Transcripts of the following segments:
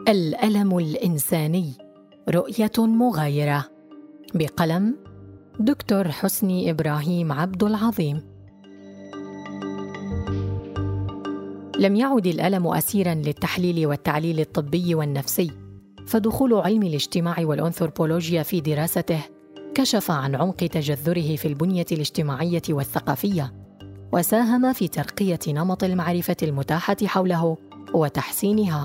الألم الإنساني رؤية مغايرة، بقلم دكتور حسني إبراهيم عبد العظيم. لم يعد الألم أسيراً للتحليل والتعليل الطبي والنفسي، فدخول علم الاجتماع والأنثروبولوجيا في دراسته كشف عن عمق تجذره في البنية الاجتماعية والثقافية، وساهم في ترقية نمط المعرفة المتاحة حوله وتحسينها.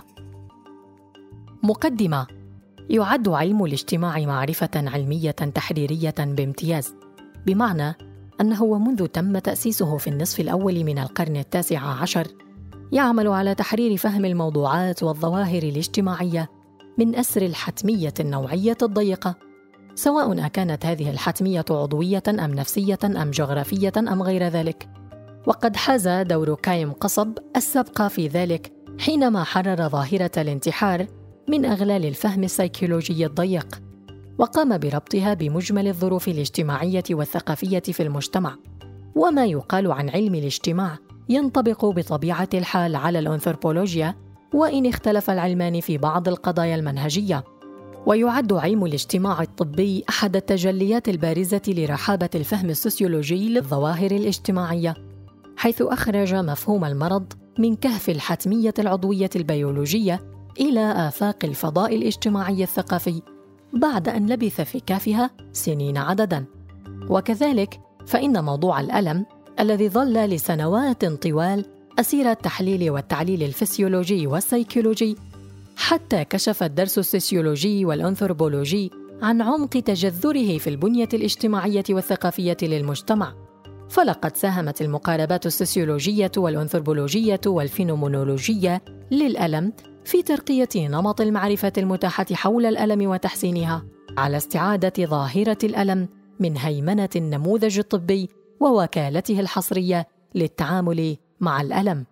مقدمة: يعد علم الاجتماع معرفة علمية تحريرية بامتياز، بمعنى أنه ومنذ تم تأسيسه في النصف الأول من القرن 19 يعمل على تحرير فهم الموضوعات والظواهر الاجتماعية من أسر الحتمية النوعية الضيقة، سواء كانت هذه الحتمية عضوية أم نفسية أم جغرافية أم غير ذلك. وقد حاز دور كايم قصب السبق في ذلك حينما حرر ظاهرة الانتحار من أغلال الفهم السيكولوجي الضيق، وقام بربطها بمجمل الظروف الاجتماعية والثقافية في المجتمع. وما يقال عن علم الاجتماع ينطبق بطبيعة الحال على الأنثروبولوجيا، وإن اختلف العلمان في بعض القضايا المنهجية. ويعد علم الاجتماع الطبي أحد التجليات البارزة لرحابة الفهم السوسيولوجي للظواهر الاجتماعية، حيث أخرج مفهوم المرض من كهف الحتمية العضوية البيولوجية إلى آفاق الفضاء الاجتماعي الثقافي، بعد أن لبث في كهفها سنين عدداً. وكذلك فإن موضوع الألم الذي ظل لسنوات طوال أسير التحليل والتعليل الفسيولوجي والسيكولوجي، حتى كشف الدرس السوسيولوجي والأنثروبولوجي عن عمق تجذره في البنية الاجتماعية والثقافية للمجتمع. فلقد ساهمت المقاربات السوسيولوجية والأنثروبولوجية والفينومونولوجية للألم في ترقية نمط المعرفة المتاحة حول الألم وتحسينها، على استعادة ظاهرة الألم من هيمنة النموذج الطبي ووكالته الحصرية للتعامل مع الألم.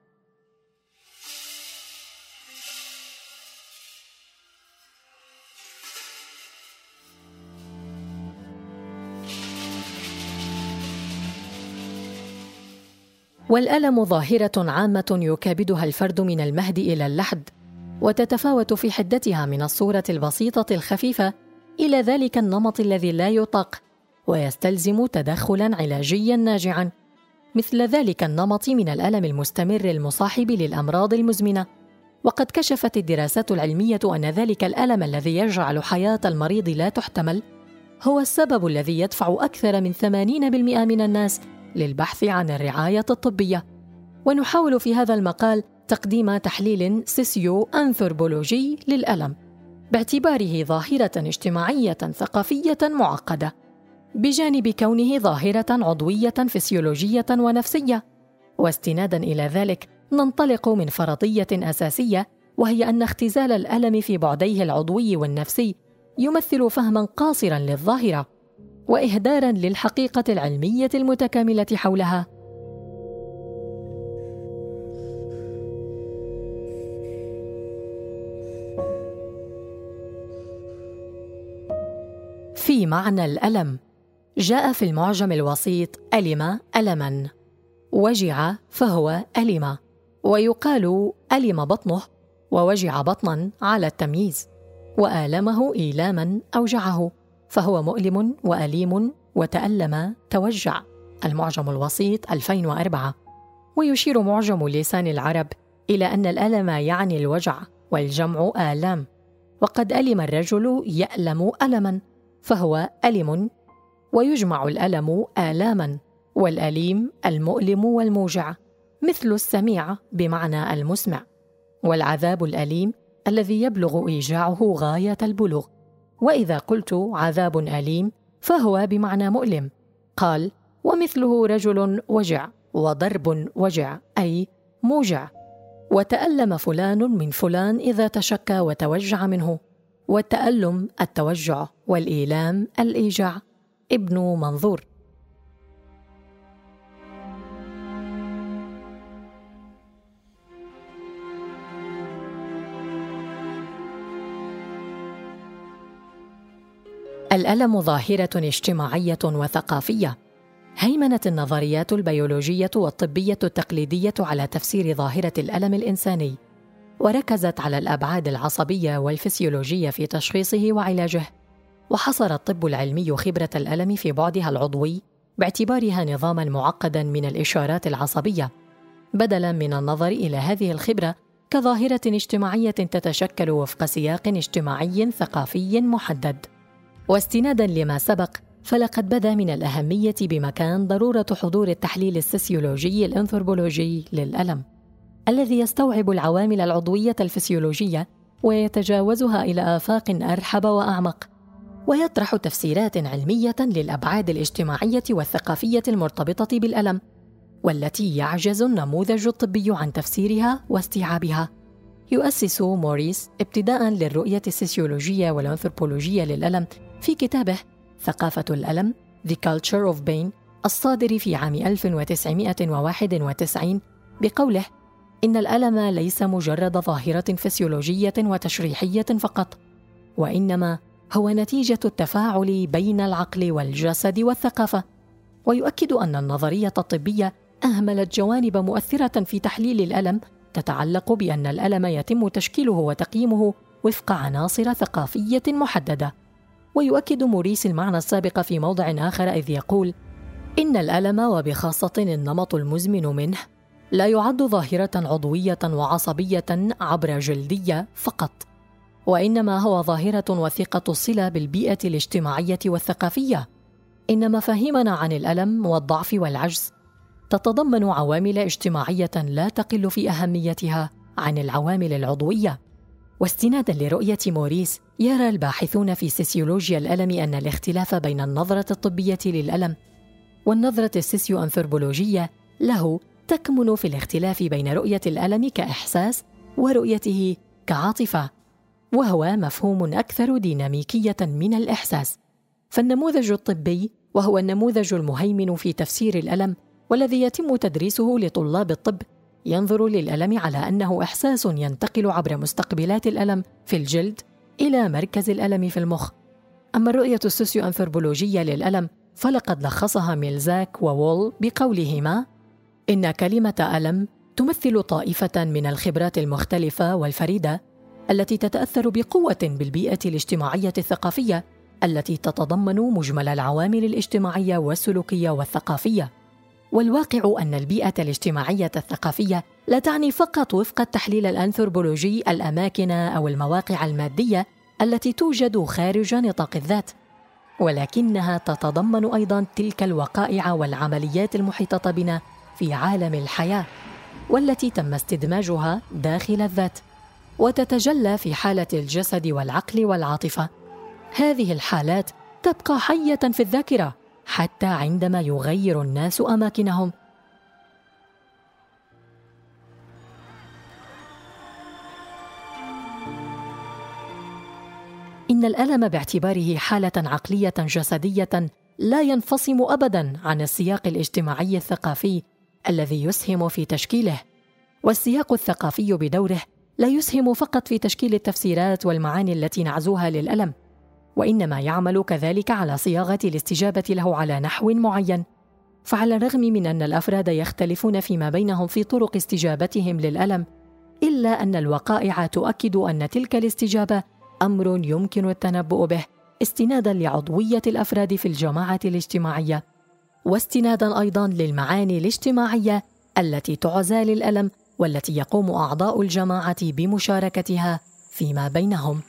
والألم ظاهرة عامة يكابدها الفرد من المهد إلى اللحد، وتتفاوت في حدتها من الصورة البسيطة الخفيفة إلى ذلك النمط الذي لا يطاق ويستلزم تدخلاً علاجياً ناجعاً، مثل ذلك النمط من الألم المستمر المصاحب للأمراض المزمنة. وقد كشفت الدراسات العلمية أن ذلك الألم الذي يجعل حياة المريض لا تحتمل هو السبب الذي يدفع أكثر من 80% من الناس للبحث عن الرعاية الطبية. ونحاول في هذا المقال تقديم تحليل سوسيو-أنثروبولوجي للألم باعتباره ظاهرة اجتماعية ثقافية معقدة، بجانب كونه ظاهرة عضوية فسيولوجية ونفسية. واستناداً إلى ذلك ننطلق من فرضية أساسية، وهي أن اختزال الألم في بعديه العضوي والنفسي يمثل فهماً قاصراً للظاهرة وإهداراً للحقيقة العلمية المتكاملة حولها. في معنى الألم جاء في المعجم الوسيط ألم ألماً، وجع فهو ألم، ويقال ألم بطنه ووجع بطناً على التمييز، وآلمه إيلاما أوجعه فهو مؤلم وأليم، وتألم توجع. المعجم الوسيط 2004. ويشير معجم لسان العرب إلى أن الألم يعني الوجع، والجمع آلام، وقد ألم الرجل يألم ألما فهو ألم، ويجمع الألم آلاما، والأليم المؤلم والموجع، مثل السميع بمعنى المسمع، والعذاب الأليم الذي يبلغ إيجاعه غاية البلوغ. وإذا قلت عذاب أليم فهو بمعنى مؤلم. قال: ومثله رجل وجع، وضرب وجع أي موجع. وتألم فلان من فلان إذا تشكى وتوجع منه، والتألم التوجع، والإيلام الإيجاع. ابن منظور. الألم ظاهرة اجتماعية وثقافية. هيمنت النظريات البيولوجية والطبية التقليدية على تفسير ظاهرة الألم الإنساني، وركزت على الأبعاد العصبية والفسيولوجية في تشخيصه وعلاجه. وحصر الطب العلمي خبرة الألم في بعدها العضوي باعتبارها نظاماً معقداً من الإشارات العصبية، بدلاً من النظر إلى هذه الخبرة كظاهرة اجتماعية تتشكل وفق سياق اجتماعي ثقافي محدد. واستناداً لما سبق، فلقد بدا من الأهمية بمكان ضرورة حضور التحليل السوسيولوجي الأنثروبولوجي للألم، الذي يستوعب العوامل العضوية الفسيولوجية ويتجاوزها إلى آفاق أرحب وأعمق، ويطرح تفسيرات علمية للأبعاد الاجتماعية والثقافية المرتبطة بالألم، والتي يعجز النموذج الطبي عن تفسيرها واستيعابها. يؤسس موريس ابتداءً للرؤية السوسيولوجية والأنثروبولوجية للألم في كتابه ثقافة الألم The Culture of Pain الصادر في عام 1991 بقوله: إن الألم ليس مجرد ظاهرة فسيولوجية وتشريحية فقط، وإنما هو نتيجة التفاعل بين العقل والجسد والثقافة. ويؤكد أن النظرية الطبية أهملت جوانب مؤثرة في تحليل الألم تتعلق بأن الألم يتم تشكيله وتقييمه وفق عناصر ثقافية محددة. ويؤكد موريس المعنى السابق في موضع آخر إذ يقول: إن الألم وبخاصة النمط المزمن منه لا يعد ظاهرة عضوية وعصبية عبر جلدية فقط، وإنما هو ظاهرة وثيقة الصلة بالبيئة الاجتماعية والثقافية. إن مفاهيمنا عن الألم والضعف والعجز تتضمن عوامل اجتماعية لا تقل في أهميتها عن العوامل العضوية. واستناداً لرؤية موريس، يرى الباحثون في سيسيولوجيا الألم أن الاختلاف بين النظرة الطبية للألم والنظرة السيسيو-أنثروبولوجية له تكمن في الاختلاف بين رؤية الألم كإحساس ورؤيته كعاطفة، وهو مفهوم أكثر ديناميكية من الإحساس. فالنموذج الطبي، وهو النموذج المهيمن في تفسير الألم والذي يتم تدريسه لطلاب الطب، ينظر للألم على أنه إحساس ينتقل عبر مستقبلات الألم في الجلد إلى مركز الألم في المخ. أما الرؤية السوسيو-أنثروبولوجية للألم فلقد لخصها ميلزاك ووول بقولهما: إن كلمة ألم تمثل طائفة من الخبرات المختلفة والفريدة التي تتأثر بقوة بالبيئة الاجتماعية الثقافية التي تتضمن مجمل العوامل الاجتماعية والسلوكية والثقافية. والواقع أن البيئة الاجتماعية الثقافية لا تعني فقط وفق التحليل الأنثروبولوجي الأماكن أو المواقع المادية التي توجد خارج نطاق الذات، ولكنها تتضمن أيضاً تلك الوقائع والعمليات المحيطة بنا في عالم الحياة، والتي تم استدماجها داخل الذات، وتتجلى في حالة الجسد والعقل والعاطفة. هذه الحالات تبقى حية في الذاكرة حتى عندما يغير الناس أماكنهم. إن الألم باعتباره حالة عقلية جسدية لا ينفصم أبداً عن السياق الاجتماعي الثقافي الذي يسهم في تشكيله. والسياق الثقافي بدوره لا يسهم فقط في تشكيل التفسيرات والمعاني التي نعزوها للألم، وإنما يعمل كذلك على صياغة الاستجابة له على نحو معين. فعلى الرغم من أن الأفراد يختلفون فيما بينهم في طرق استجابتهم للألم، إلا أن الوقائع تؤكد أن تلك الاستجابة أمر يمكن التنبؤ به استناداً لعضوية الأفراد في الجماعة الاجتماعية، واستناداً أيضاً للمعاني الاجتماعية التي تعزى للألم والتي يقوم أعضاء الجماعة بمشاركتها فيما بينهم.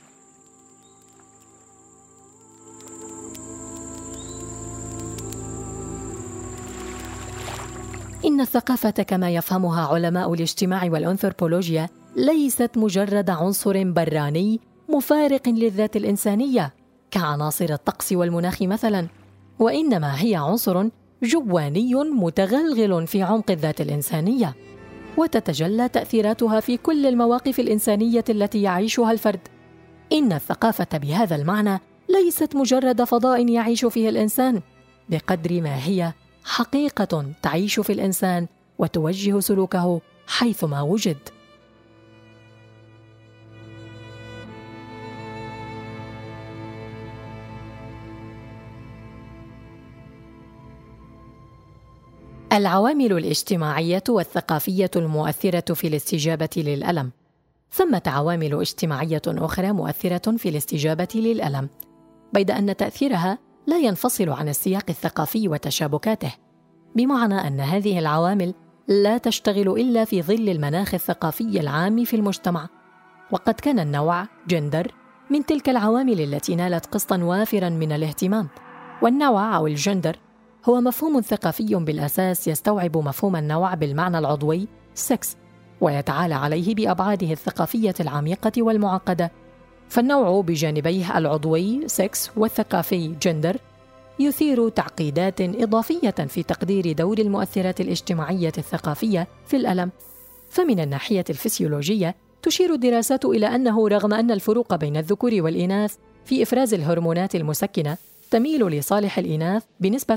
إن الثقافة كما يفهمها علماء الاجتماع والأنثروبولوجيا ليست مجرد عنصر براني مفارق للذات الإنسانية كعناصر الطقس والمناخ مثلاً، وإنما هي عنصر جواني متغلغل في عمق الذات الإنسانية، وتتجلى تأثيراتها في كل المواقف الإنسانية التي يعيشها الفرد. إن الثقافة بهذا المعنى ليست مجرد فضاء يعيش فيه الإنسان، بقدر ما هي حقيقة تعيش في الإنسان وتوجه سلوكه حيثما وجد. العوامل الاجتماعية والثقافية المؤثرة في الاستجابة للألم. ثمة عوامل اجتماعية أخرى مؤثرة في الاستجابة للألم، بيد أن تأثيرها لا ينفصل عن السياق الثقافي وتشابكاته، بمعنى أن هذه العوامل لا تشتغل إلا في ظل المناخ الثقافي العام في المجتمع. وقد كان النوع جندر من تلك العوامل التي نالت قسطاً وافراً من الاهتمام. والنوع أو الجندر هو مفهوم ثقافي بالأساس يستوعب مفهوم النوع بالمعنى العضوي سكس، ويتعالى عليه بأبعاده الثقافية العميقة والمعقدة. فالنوع بجانبيه العضوي سكس والثقافي جندر يثير تعقيدات إضافية في تقدير دور المؤثرات الاجتماعية الثقافية في الألم. فمن الناحية الفسيولوجية تشير الدراسات إلى أنه رغم أن الفروق بين الذكور والإناث في إفراز الهرمونات المسكنة تميل لصالح الإناث بنسبة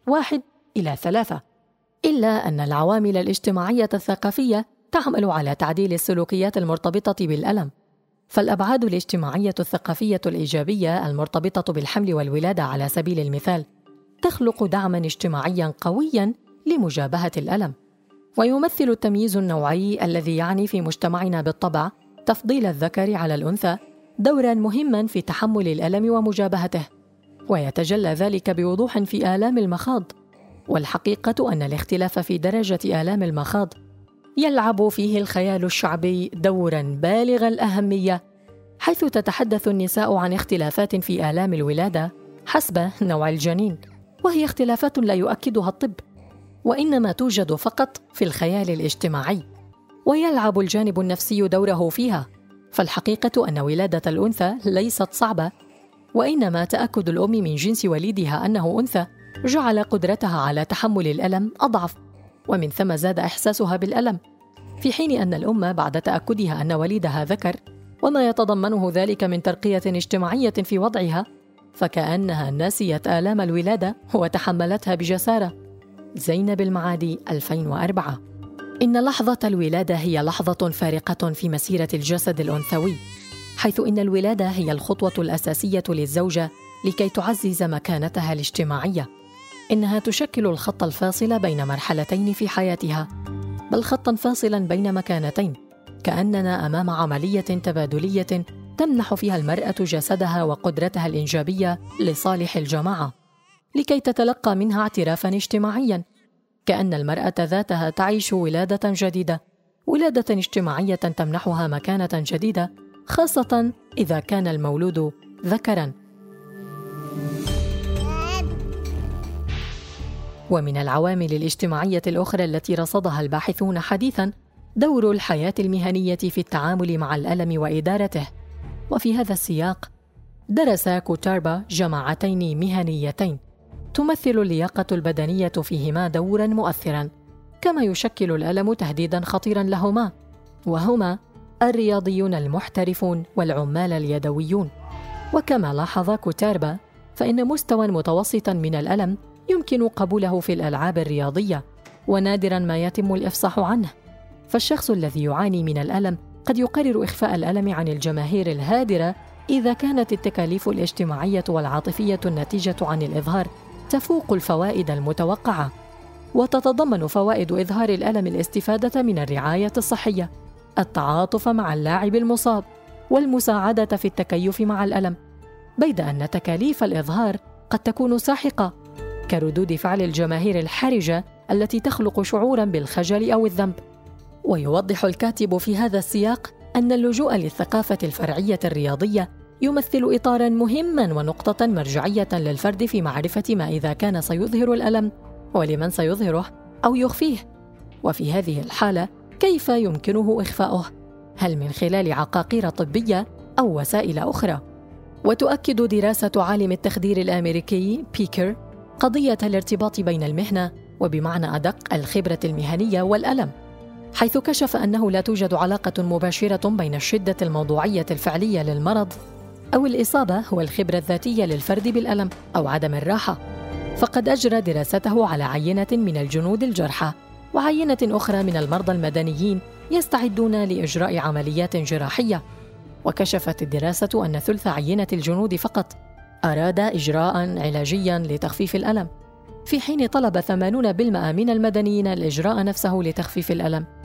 1:3، إلا أن العوامل الاجتماعية الثقافية تعمل على تعديل السلوكيات المرتبطة بالألم. فالأبعاد الاجتماعية الثقافية الإيجابية المرتبطة بالحمل والولادة على سبيل المثال تخلق دعماً اجتماعياً قوياً لمجابهة الألم. ويمثل التمييز النوعي الذي يعني في مجتمعنا بالطبع تفضيل الذكر على الأنثى دوراً مهماً في تحمل الألم ومجابهته، ويتجلى ذلك بوضوح في آلام المخاض. والحقيقة أن الاختلاف في درجة آلام المخاض يلعب فيه الخيال الشعبي دوراً بالغ الأهمية، حيث تتحدث النساء عن اختلافات في آلام الولادة حسب نوع الجنين، وهي اختلافات لا يؤكدها الطب، وإنما توجد فقط في الخيال الاجتماعي. ويلعب الجانب النفسي دوره فيها، فالحقيقة أن ولادة الأنثى ليست صعبة، وإنما تأكد الأم من جنس وليدها أنه أنثى جعل قدرتها على تحمل الألم أضعف، ومن ثم زاد إحساسها بالألم، في حين أن الأم بعد تأكدها أن وليدها ذكر وما يتضمنه ذلك من ترقية اجتماعية في وضعها، فكأنها نسيت آلام الولادة وتحملتها بجسارة. زينب المعادي 2004. إن لحظة الولادة هي لحظة فارقة في مسيرة الجسد الأنثوي، حيث إن الولادة هي الخطوة الأساسية للزوجة لكي تعزز مكانتها الاجتماعية. إنها تشكل الخط الفاصل بين مرحلتين في حياتها، بل خطاً فاصلاً بين مكانتين، كأننا أمام عملية تبادلية تمنح فيها المرأة جسدها وقدرتها الإنجابية لصالح الجماعة، لكي تتلقى منها اعترافاً اجتماعياً، كأن المرأة ذاتها تعيش ولادة جديدة، ولادة اجتماعية تمنحها مكانة جديدة، خاصة إذا كان المولود ذكراً. ومن العوامل الاجتماعية الأخرى التي رصدها الباحثون حديثاً دور الحياة المهنية في التعامل مع الألم وإدارته. وفي هذا السياق درس كوتاربا جماعتين مهنيتين تمثل اللياقة البدنية فيهما دوراً مؤثراً، كما يشكل الألم تهديداً خطيراً لهما، وهما الرياضيون المحترفون والعمال اليدويون. وكما لاحظ كوتاربا فإن مستوى متوسطاً من الألم يمكن قبوله في الألعاب الرياضية، ونادراً ما يتم الإفصاح عنه. فالشخص الذي يعاني من الألم قد يقرر إخفاء الألم عن الجماهير الهادرة إذا كانت التكاليف الاجتماعية والعاطفية الناتجة عن الإظهار تفوق الفوائد المتوقعة. وتتضمن فوائد إظهار الألم الاستفادة من الرعاية الصحية، التعاطف مع اللاعب المصاب، والمساعدة في التكيف مع الألم، بيد أن تكاليف الإظهار قد تكون ساحقة، كردود فعل الجماهير الحرجة التي تخلق شعوراً بالخجل أو الذنب. ويوضح الكاتب في هذا السياق أن اللجوء للثقافة الفرعية الرياضية يمثل إطاراً مهماً ونقطة مرجعية للفرد في معرفة ما إذا كان سيظهر الألم، ولمن سيظهره أو يخفيه، وفي هذه الحالة كيف يمكنه إخفاؤه، هل من خلال عقاقير طبية أو وسائل أخرى. وتؤكد دراسة عالم التخدير الأمريكي بيكر قضية الارتباط بين المهنة، وبمعنى أدق الخبرة المهنية، والألم، حيث كشف أنه لا توجد علاقة مباشرة بين الشدة الموضوعية الفعلية للمرض أو الإصابة والخبرة الذاتية للفرد بالألم أو عدم الراحة. فقد أجرى دراسته على عينة من الجنود الجرحى وعينة أخرى من المرضى المدنيين يستعدون لإجراء عمليات جراحية، وكشفت الدراسة أن ثلث عينة الجنود فقط أراد إجراء علاجياً لتخفيف الألم، في حين طلب 80% من المدنيين الإجراء نفسه لتخفيف الألم.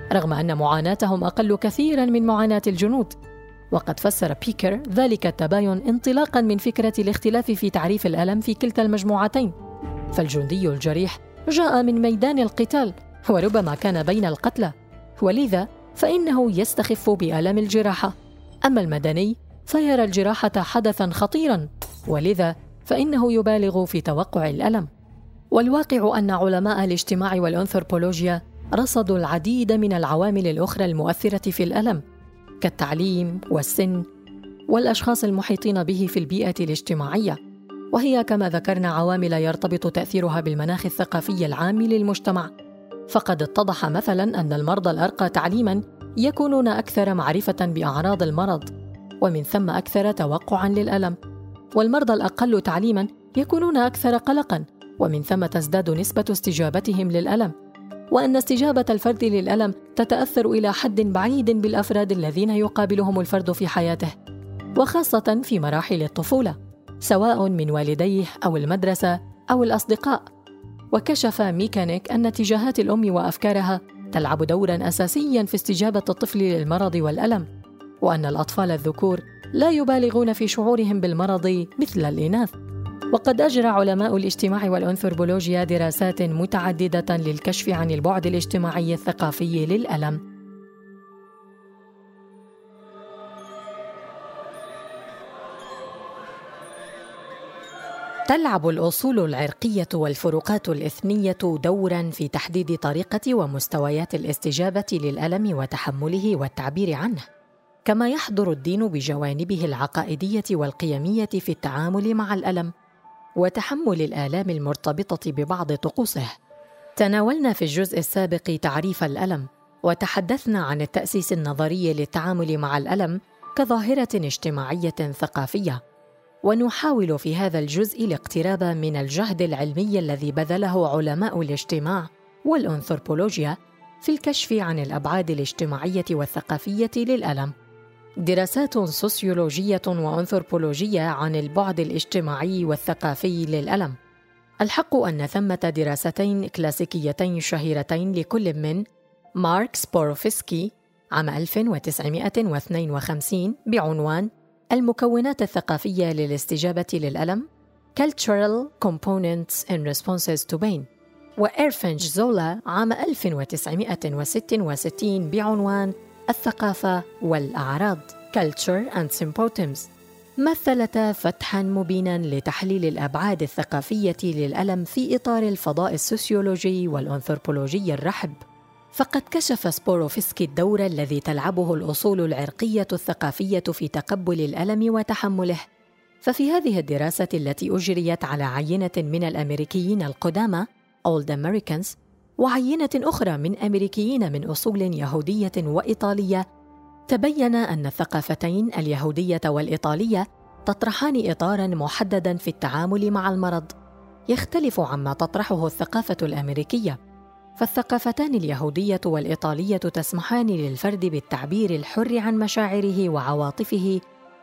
رغم أن معاناتهم أقل كثيراً من معاناة الجنود. وقد فسر بيكر ذلك التباين انطلاقاً من فكرة الاختلاف في تعريف الألم في كلتا المجموعتين. فالجندي الجريح جاء من ميدان القتال وربما كان بين القتلى، ولذا فإنه يستخف بآلام الجراحة. أما المدني فيرى الجراحة حدثاً خطيراً، ولذا فإنه يبالغ في توقع الألم. والواقع أن علماء الاجتماع والأنثروبولوجيا رصدوا العديد من العوامل الأخرى المؤثرة في الألم، كالتعليم والسن والأشخاص المحيطين به في البيئة الاجتماعية، وهي كما ذكرنا عوامل يرتبط تأثيرها بالمناخ الثقافي العام للمجتمع. فقد اتضح مثلاً أن المرضى الأرقى تعليماً يكونون أكثر معرفة بأعراض المرض، ومن ثم أكثر توقعاً للألم، والمرضى الأقل تعليماً يكونون أكثر قلقاً، ومن ثم تزداد نسبة استجابتهم للألم، وأن استجابة الفرد للألم تتأثر إلى حد بعيد بالأفراد الذين يقابلهم الفرد في حياته، وخاصة في مراحل الطفولة، سواء من والديه أو المدرسة أو الأصدقاء. وكشف ميكانيك أن اتجاهات الأم وأفكارها تلعب دورا أساسيا في استجابة الطفل للمرض والألم، وأن الأطفال الذكور لا يبالغون في شعورهم بالمرض مثل الإناث. وقد أجرى علماء الاجتماع والأنثروبولوجيا دراسات متعددة للكشف عن البعد الاجتماعي الثقافي للألم. تلعب الأصول العرقية والفروقات الإثنية دوراً في تحديد طريقة ومستويات الاستجابة للألم وتحمله والتعبير عنه، كما يحضر الدين بجوانبه العقائدية والقيمية في التعامل مع الألم وتحمل الآلام المرتبطة ببعض طقوسه. تناولنا في الجزء السابق تعريف الألم، وتحدثنا عن التأسيس النظري للتعامل مع الألم كظاهرة اجتماعية ثقافية، ونحاول في هذا الجزء الاقتراب من الجهد العلمي الذي بذله علماء الاجتماع والأنثروبولوجيا في الكشف عن الأبعاد الاجتماعية والثقافية للألم. دراسات سوسيولوجية وأنثروبولوجية عن البعد الاجتماعي والثقافي للألم. الحق أن ثمة دراستين كلاسيكيتين شهيرتين لكل من مارك سبوروفسكي عام 1952 بعنوان المكونات الثقافية للاستجابة للألم Cultural Components in Responses to Pain، وإيرفينج زولا عام 1966 بعنوان الثقافة والأعراض Culture and Symptoms، مثلتا فتحاً مبيناً لتحليل الأبعاد الثقافية للألم في إطار الفضاء السوسيولوجي والأنثروبولوجي الرحب. فقد كشف سبوروفسكي الدور الذي تلعبه الأصول العرقية الثقافية في تقبل الألم وتحمله. ففي هذه الدراسة التي أجريت على عينة من الأمريكيين القدامى Old Americans وعينة أخرى من أمريكيين من أصول يهودية وإيطالية، تبين أن الثقافتين اليهودية والإيطالية تطرحان إطاراً محدداً في التعامل مع المرض يختلف عما تطرحه الثقافة الأمريكية. فالثقافتان اليهودية والإيطالية تسمحان للفرد بالتعبير الحر عن مشاعره وعواطفه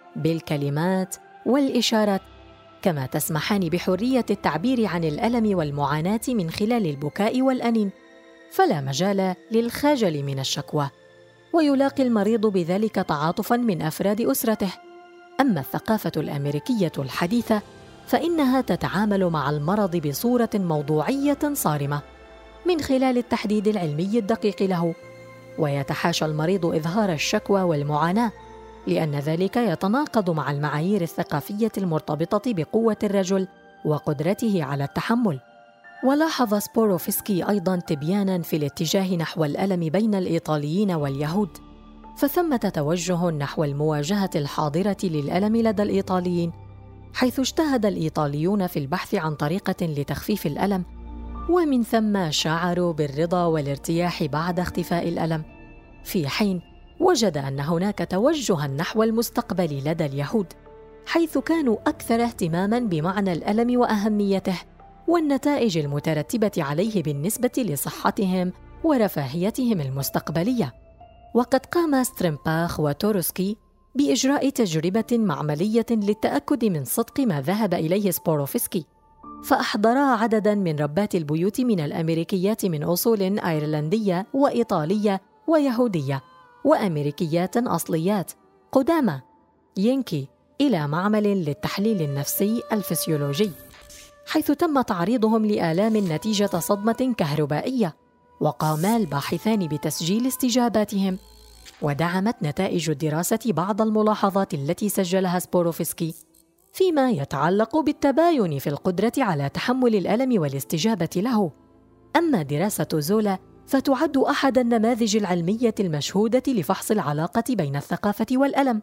بالكلمات والإشارات، كما تسمحان بحرية التعبير عن الألم والمعاناة من خلال البكاء والأنين، فلا مجال للخجل من الشكوى، ويلاقي المريض بذلك تعاطفاً من أفراد أسرته. أما الثقافة الأمريكية الحديثة فإنها تتعامل مع المرض بصورة موضوعية صارمة من خلال التحديد العلمي الدقيق له، ويتحاشى المريض إظهار الشكوى والمعاناة، لأن ذلك يتناقض مع المعايير الثقافية المرتبطة بقوة الرجل وقدرته على التحمل. ولاحظ سبوروفسكي أيضاً تبياناً في الاتجاه نحو الألم بين الإيطاليين واليهود، فثمة توجه نحو المواجهة الحاضرة للألم لدى الإيطاليين، حيث اجتهد الإيطاليون في البحث عن طريقة لتخفيف الألم، ومن ثم شعروا بالرضا والارتياح بعد اختفاء الألم، في حين وجد أن هناك توجهاً نحو المستقبل لدى اليهود، حيث كانوا أكثر اهتماماً بمعنى الألم وأهميته والنتائج المترتبة عليه بالنسبة لصحتهم ورفاهيتهم المستقبلية. وقد قام ستريمباخ وتوروسكي بإجراء تجربة معملية للتأكد من صدق ما ذهب إليه سبوروفسكي، فأحضرا عدداً من ربات البيوت من الأمريكيات من أصول أيرلندية وإيطالية ويهودية وأمريكيات أصليات قدامى ينكي إلى معمل للتحليل النفسي الفسيولوجي، حيث تم تعريضهم لآلام نتيجة صدمة كهربائية، وقام الباحثان بتسجيل استجاباتهم. ودعمت نتائج الدراسة بعض الملاحظات التي سجلها سبوروفسكي فيما يتعلق بالتباين في القدرة على تحمل الألم والاستجابة له. أما دراسة زولا فتعد أحد النماذج العلمية المشهودة لفحص العلاقة بين الثقافة والألم،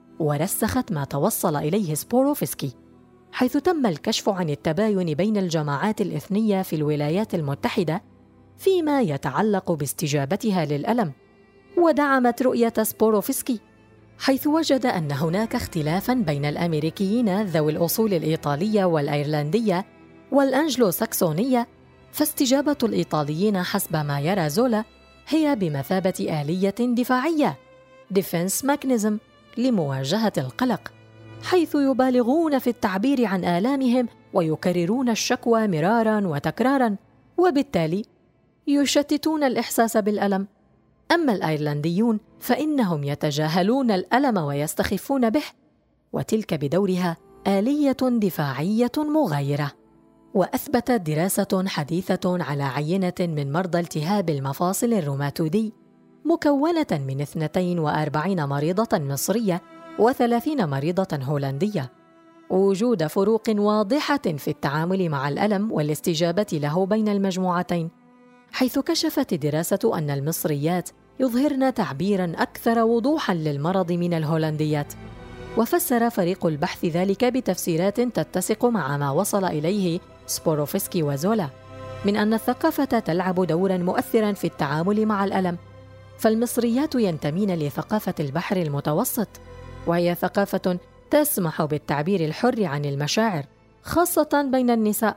ورسخت ما توصل إليه سبوروفسكي، حيث تم الكشف عن التباين بين الجماعات الإثنية في الولايات المتحدة فيما يتعلق باستجابتها للألم. ودعمت رؤية سبوروفسكي حيث وجد أن هناك اختلافاً بين الأمريكيين ذوي الأصول الإيطالية والأيرلندية والأنجلو ساكسونية، فاستجابة الإيطاليين حسب ما يرى زولا هي بمثابة آلية دفاعية defense mechanism لمواجهة القلق، حيث يبالغون في التعبير عن آلامهم ويكررون الشكوى مراراً وتكراراً، وبالتالي يشتتون الإحساس بالألم. أما الأيرلنديون فإنهم يتجاهلون الألم ويستخفون به، وتلك بدورها آلية دفاعية مغايرة. وأثبتت دراسة حديثة على عينة من مرضى التهاب المفاصل الروماتويدي مكونة من 42 مريضة مصرية و30 مريضة هولندية وجود فروق واضحة في التعامل مع الألم والاستجابة له بين المجموعتين، حيث كشفت الدراسة أن المصريات يظهرن تعبيراً أكثر وضوحاً للمرض من الهولنديات. وفسر فريق البحث ذلك بتفسيرات تتسق مع ما وصل إليه سبوروفسكي وزولا من أن الثقافة تلعب دوراً مؤثراً في التعامل مع الألم. فالمصريات ينتمين لثقافة البحر المتوسط، وهي ثقافة تسمح بالتعبير الحر عن المشاعر خاصة بين النساء.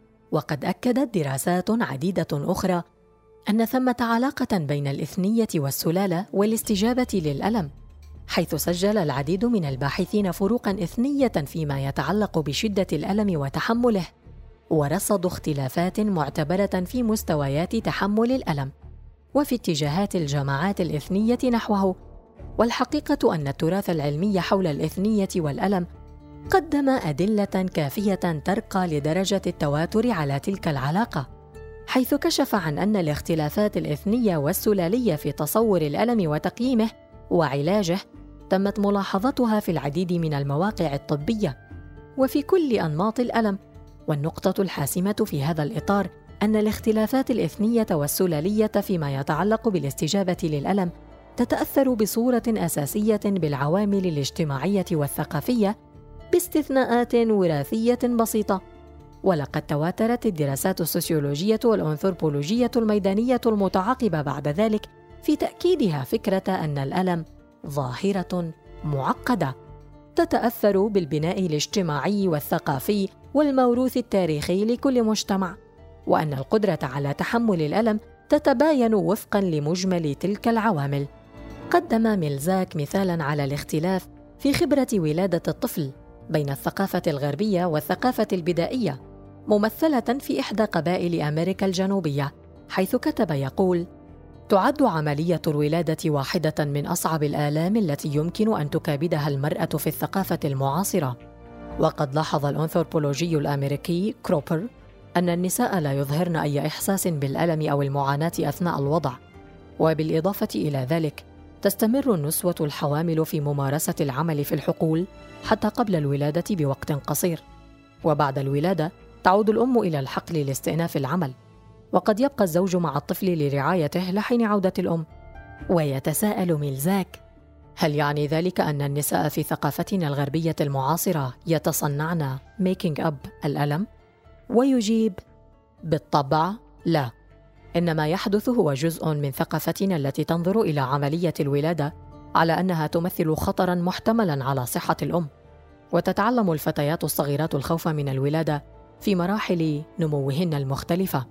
وقد أكدت دراسات عديدة أخرى أن ثمة علاقة بين الإثنية والسلالة والاستجابة للألم، حيث سجل العديد من الباحثين فروقاً إثنية فيما يتعلق بشدة الألم وتحمله، ورصدوا اختلافات معتبرة في مستويات تحمل الألم وفي اتجاهات الجماعات الإثنية نحوه. والحقيقة أن التراث العلمي حول الإثنية والألم قدم أدلة كافية ترقى لدرجة التواتر على تلك العلاقة، حيث كشف عن أن الاختلافات الإثنية والسلالية في تصور الألم وتقييمه وعلاجه تمت ملاحظتها في العديد من المواقع الطبية وفي كل أنماط الألم. والنقطة الحاسمة في هذا الإطار أن الاختلافات الإثنية والسلالية فيما يتعلق بالاستجابة للألم تتأثر بصورة أساسية بالعوامل الاجتماعية والثقافية باستثناءات وراثية بسيطة. ولقد تواترت الدراسات السوسيولوجية والأنثروبولوجية الميدانية المتعاقبة بعد ذلك في تأكيدها فكرة أن الألم ظاهرة معقدة تتأثر بالبناء الاجتماعي والثقافي والموروث التاريخي لكل مجتمع، وأن القدرة على تحمل الألم تتباين وفقاً لمجمل تلك العوامل. قدم ميلزاك مثالاً على الاختلاف في خبرة ولادة الطفل بين الثقافة الغربية والثقافة البدائية، ممثلة في إحدى قبائل أمريكا الجنوبية، حيث كتب يقول: تعد عملية الولادة واحدة من أصعب الآلام التي يمكن أن تكابدها المرأة في الثقافة المعاصرة. وقد لاحظ الأنثروبولوجي الأمريكي كروبر أن النساء لا يظهرن أي إحساس بالألم أو المعاناة أثناء الوضع، وبالإضافة إلى ذلك تستمر النسوة الحوامل في ممارسة العمل في الحقول حتى قبل الولادة بوقت قصير، وبعد الولادة تعود الأم إلى الحقل لاستئناف العمل، وقد يبقى الزوج مع الطفل لرعايته لحين عودة الأم. ويتساءل ميلزاك: هل يعني ذلك أن النساء في ثقافتنا الغربية المعاصرة يتصنعن making up الألم؟ ويجيب: بالطبع لا، إنما يحدث هو جزء من ثقافتنا التي تنظر إلى عملية الولادة على أنها تمثل خطراً محتملاً على صحة الأم، وتتعلم الفتيات الصغيرات الخوف من الولادة في مراحل نموهن المختلفة.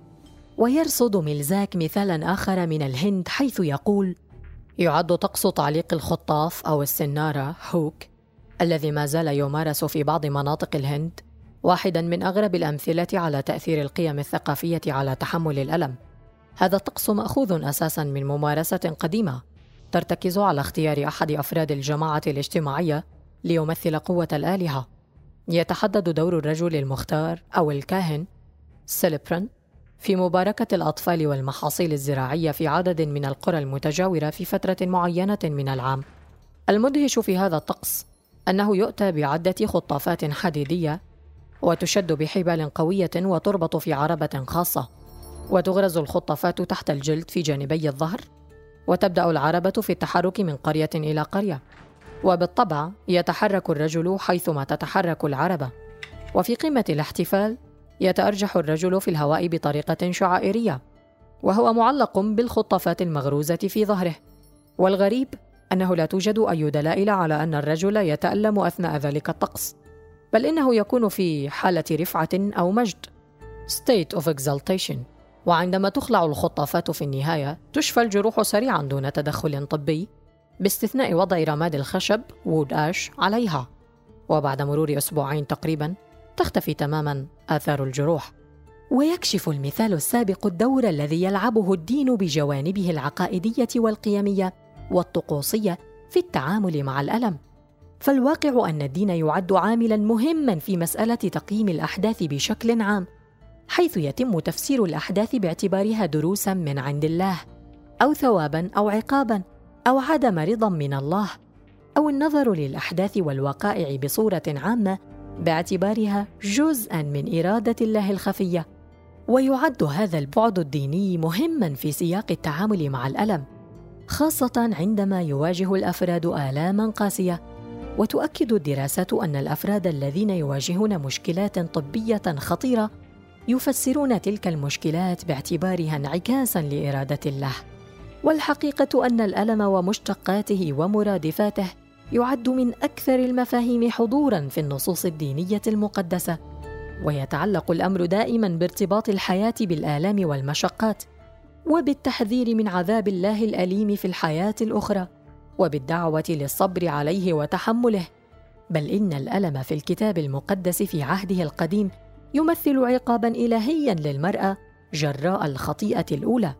ويرصد ميلزاك مثالاً آخر من الهند، حيث يقول: يعد طقس تعليق الخطاف أو السنارة هوك الذي ما زال يمارس في بعض مناطق الهند واحداً من أغرب الأمثلة على تأثير القيم الثقافية على تحمل الألم، هذا الطقس مأخوذ أساساً من ممارسة قديمة ترتكز على اختيار أحد أفراد الجماعة الاجتماعية ليمثل قوة الآلهة. يتحدد دور الرجل المختار أو الكاهن celebrant في مباركة الأطفال والمحاصيل الزراعية في عدد من القرى المتجاورة في فترة معينة من العام. المدهش في هذا الطقس أنه يؤتى بعدة خطافات حديدية وتشد بحبال قوية وتربط في عربة خاصة، وتغرز الخطافات تحت الجلد في جانبي الظهر، وتبدأ العربة في التحرك من قرية إلى قرية، وبالطبع يتحرك الرجل حيثما تتحرك العربة. وفي قمة الاحتفال يتأرجح الرجل في الهواء بطريقة شعائرية، وهو معلق بالخطافات المغروزة في ظهره. والغريب أنه لا توجد أي دلائل على أن الرجل يتألم أثناء ذلك الطقس، بل إنه يكون في حالة رفعة أو مجد state of exaltation. وعندما تخلع الخطافات في النهاية تشفى الجروح سريعا دون تدخل طبي، باستثناء وضع رماد الخشب wood ash عليها، وبعد مرور أسبوعين تقريبا تختفي تماما آثار الجروح. ويكشف المثال السابق الدور الذي يلعبه الدين بجوانبه العقائدية والقيمية والطقوسية في التعامل مع الألم. فالواقع أن الدين يعد عاملاً مهماً في مسألة تقييم الأحداث بشكل عام، حيث يتم تفسير الأحداث باعتبارها دروساً من عند الله، أو ثواباً أو عقاباً، أو عدم رضا من الله، أو النظر للأحداث والوقائع بصورة عامة باعتبارها جزءاً من إرادة الله الخفية. ويعد هذا البعد الديني مهماً في سياق التعامل مع الألم، خاصة عندما يواجه الأفراد آلاماً قاسية. وتؤكد الدراسات أن الأفراد الذين يواجهون مشكلات طبية خطيرة يفسرون تلك المشكلات باعتبارها انعكاساً لإرادة الله. والحقيقة أن الألم ومشتقاته ومرادفاته يعد من أكثر المفاهيم حضوراً في النصوص الدينية المقدسة، ويتعلق الأمر دائماً بارتباط الحياة بالآلام والمشقات، وبالتحذير من عذاب الله الأليم في الحياة الأخرى، وبالدعوة للصبر عليه وتحمله. بل إن الألم في الكتاب المقدس في عهده القديم يمثل عقاباً إلهياً للمرأة جراء الخطيئة الأولى،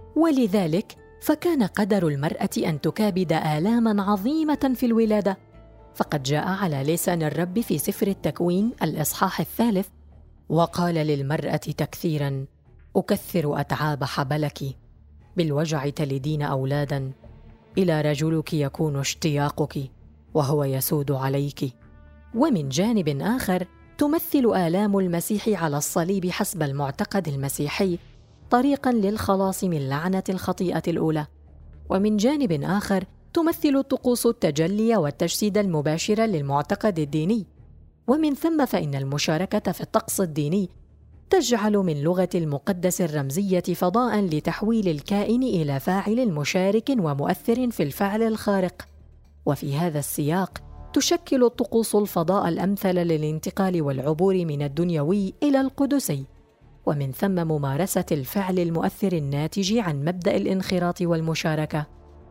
ولذلك فكان قدر المرأة أن تكابد آلاماً عظيمة في الولادة. فقد جاء على لسان الرب في سفر التكوين الإصحاح 3: وقال للمرأة تكثيراً: أكثر أتعاب حبلك، بالوجع تلدين أولادا، إلى رجلك يكون اشتياقك وهو يسود عليك. ومن جانب آخر تمثل آلام المسيح على الصليب حسب المعتقد المسيحي طريقاً للخلاص من لعنة الخطيئة الأولى. ومن جانب آخر تمثل الطقوس التجلي والتجسيد المباشر للمعتقد الديني. ومن ثم فإن المشاركة في الطقس الديني تجعل من لغة المقدس الرمزية فضاءً لتحويل الكائن إلى فاعل مشارك ومؤثر في الفعل الخارق. وفي هذا السياق تشكل الطقوس الفضاء الأمثل للانتقال والعبور من الدنيوي إلى القدسي، ومن ثم ممارسة الفعل المؤثر الناتج عن مبدأ الانخراط والمشاركة.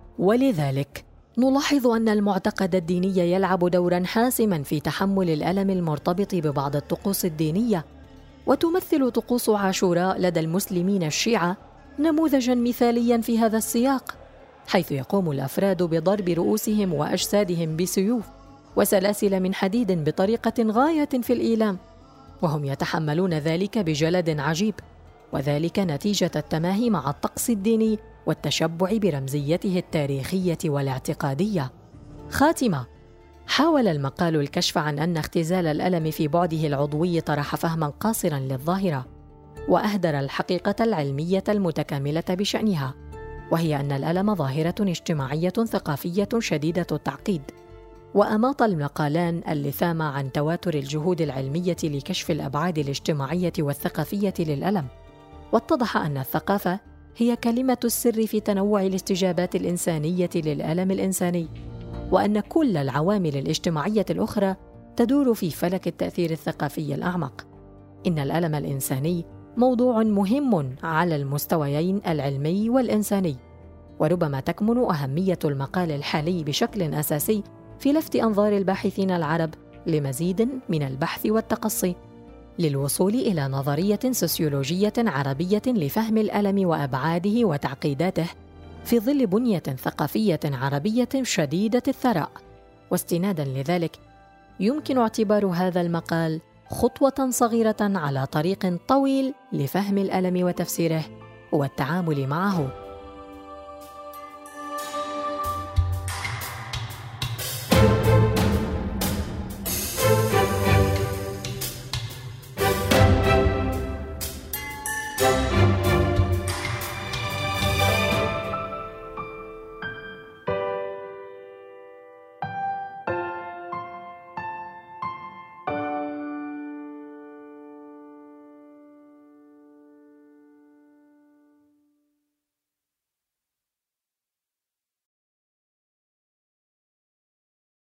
ولذلك نلاحظ أن المعتقد الديني يلعب دوراً حاسماً في تحمل الألم المرتبط ببعض الطقوس الدينية. وتمثل طقوس عاشوراء لدى المسلمين الشيعة نموذجاً مثالياً في هذا السياق، حيث يقوم الأفراد بضرب رؤوسهم وأجسادهم بسيوف وسلاسل من حديد بطريقة غاية في الإيلام، وهم يتحملون ذلك بجلد عجيب، وذلك نتيجة التماهي مع الطقس الديني والتشبع برمزيته التاريخية والاعتقادية. خاتمة: حاول المقال الكشف عن أن اختزال الألم في بعده العضوي طرح فهماً قاصراً للظاهرة، وأهدر الحقيقة العلمية المتكاملة بشأنها، وهي أن الألم ظاهرة اجتماعية ثقافية شديدة التعقيد. وأماط المقالان اللثام عن تواتر الجهود العلمية لكشف الأبعاد الاجتماعية والثقافية للألم، واتضح أن الثقافة هي كلمة السر في تنوع الاستجابات الإنسانية للألم الإنساني، وأن كل العوامل الاجتماعية الأخرى تدور في فلك التأثير الثقافي الأعمق. إن الألم الإنساني موضوع مهم على المستويين العلمي والإنساني، وربما تكمن أهمية المقال الحالي بشكل أساسي في لفت أنظار الباحثين العرب لمزيد من البحث والتقصي، للوصول إلى نظرية سوسيولوجية عربية لفهم الألم وأبعاده وتعقيداته في ظل بنية ثقافية عربية شديدة الثراء. واستناداً لذلك يمكن اعتبار هذا المقال خطوة صغيرة على طريق طويل لفهم الألم وتفسيره والتعامل معه.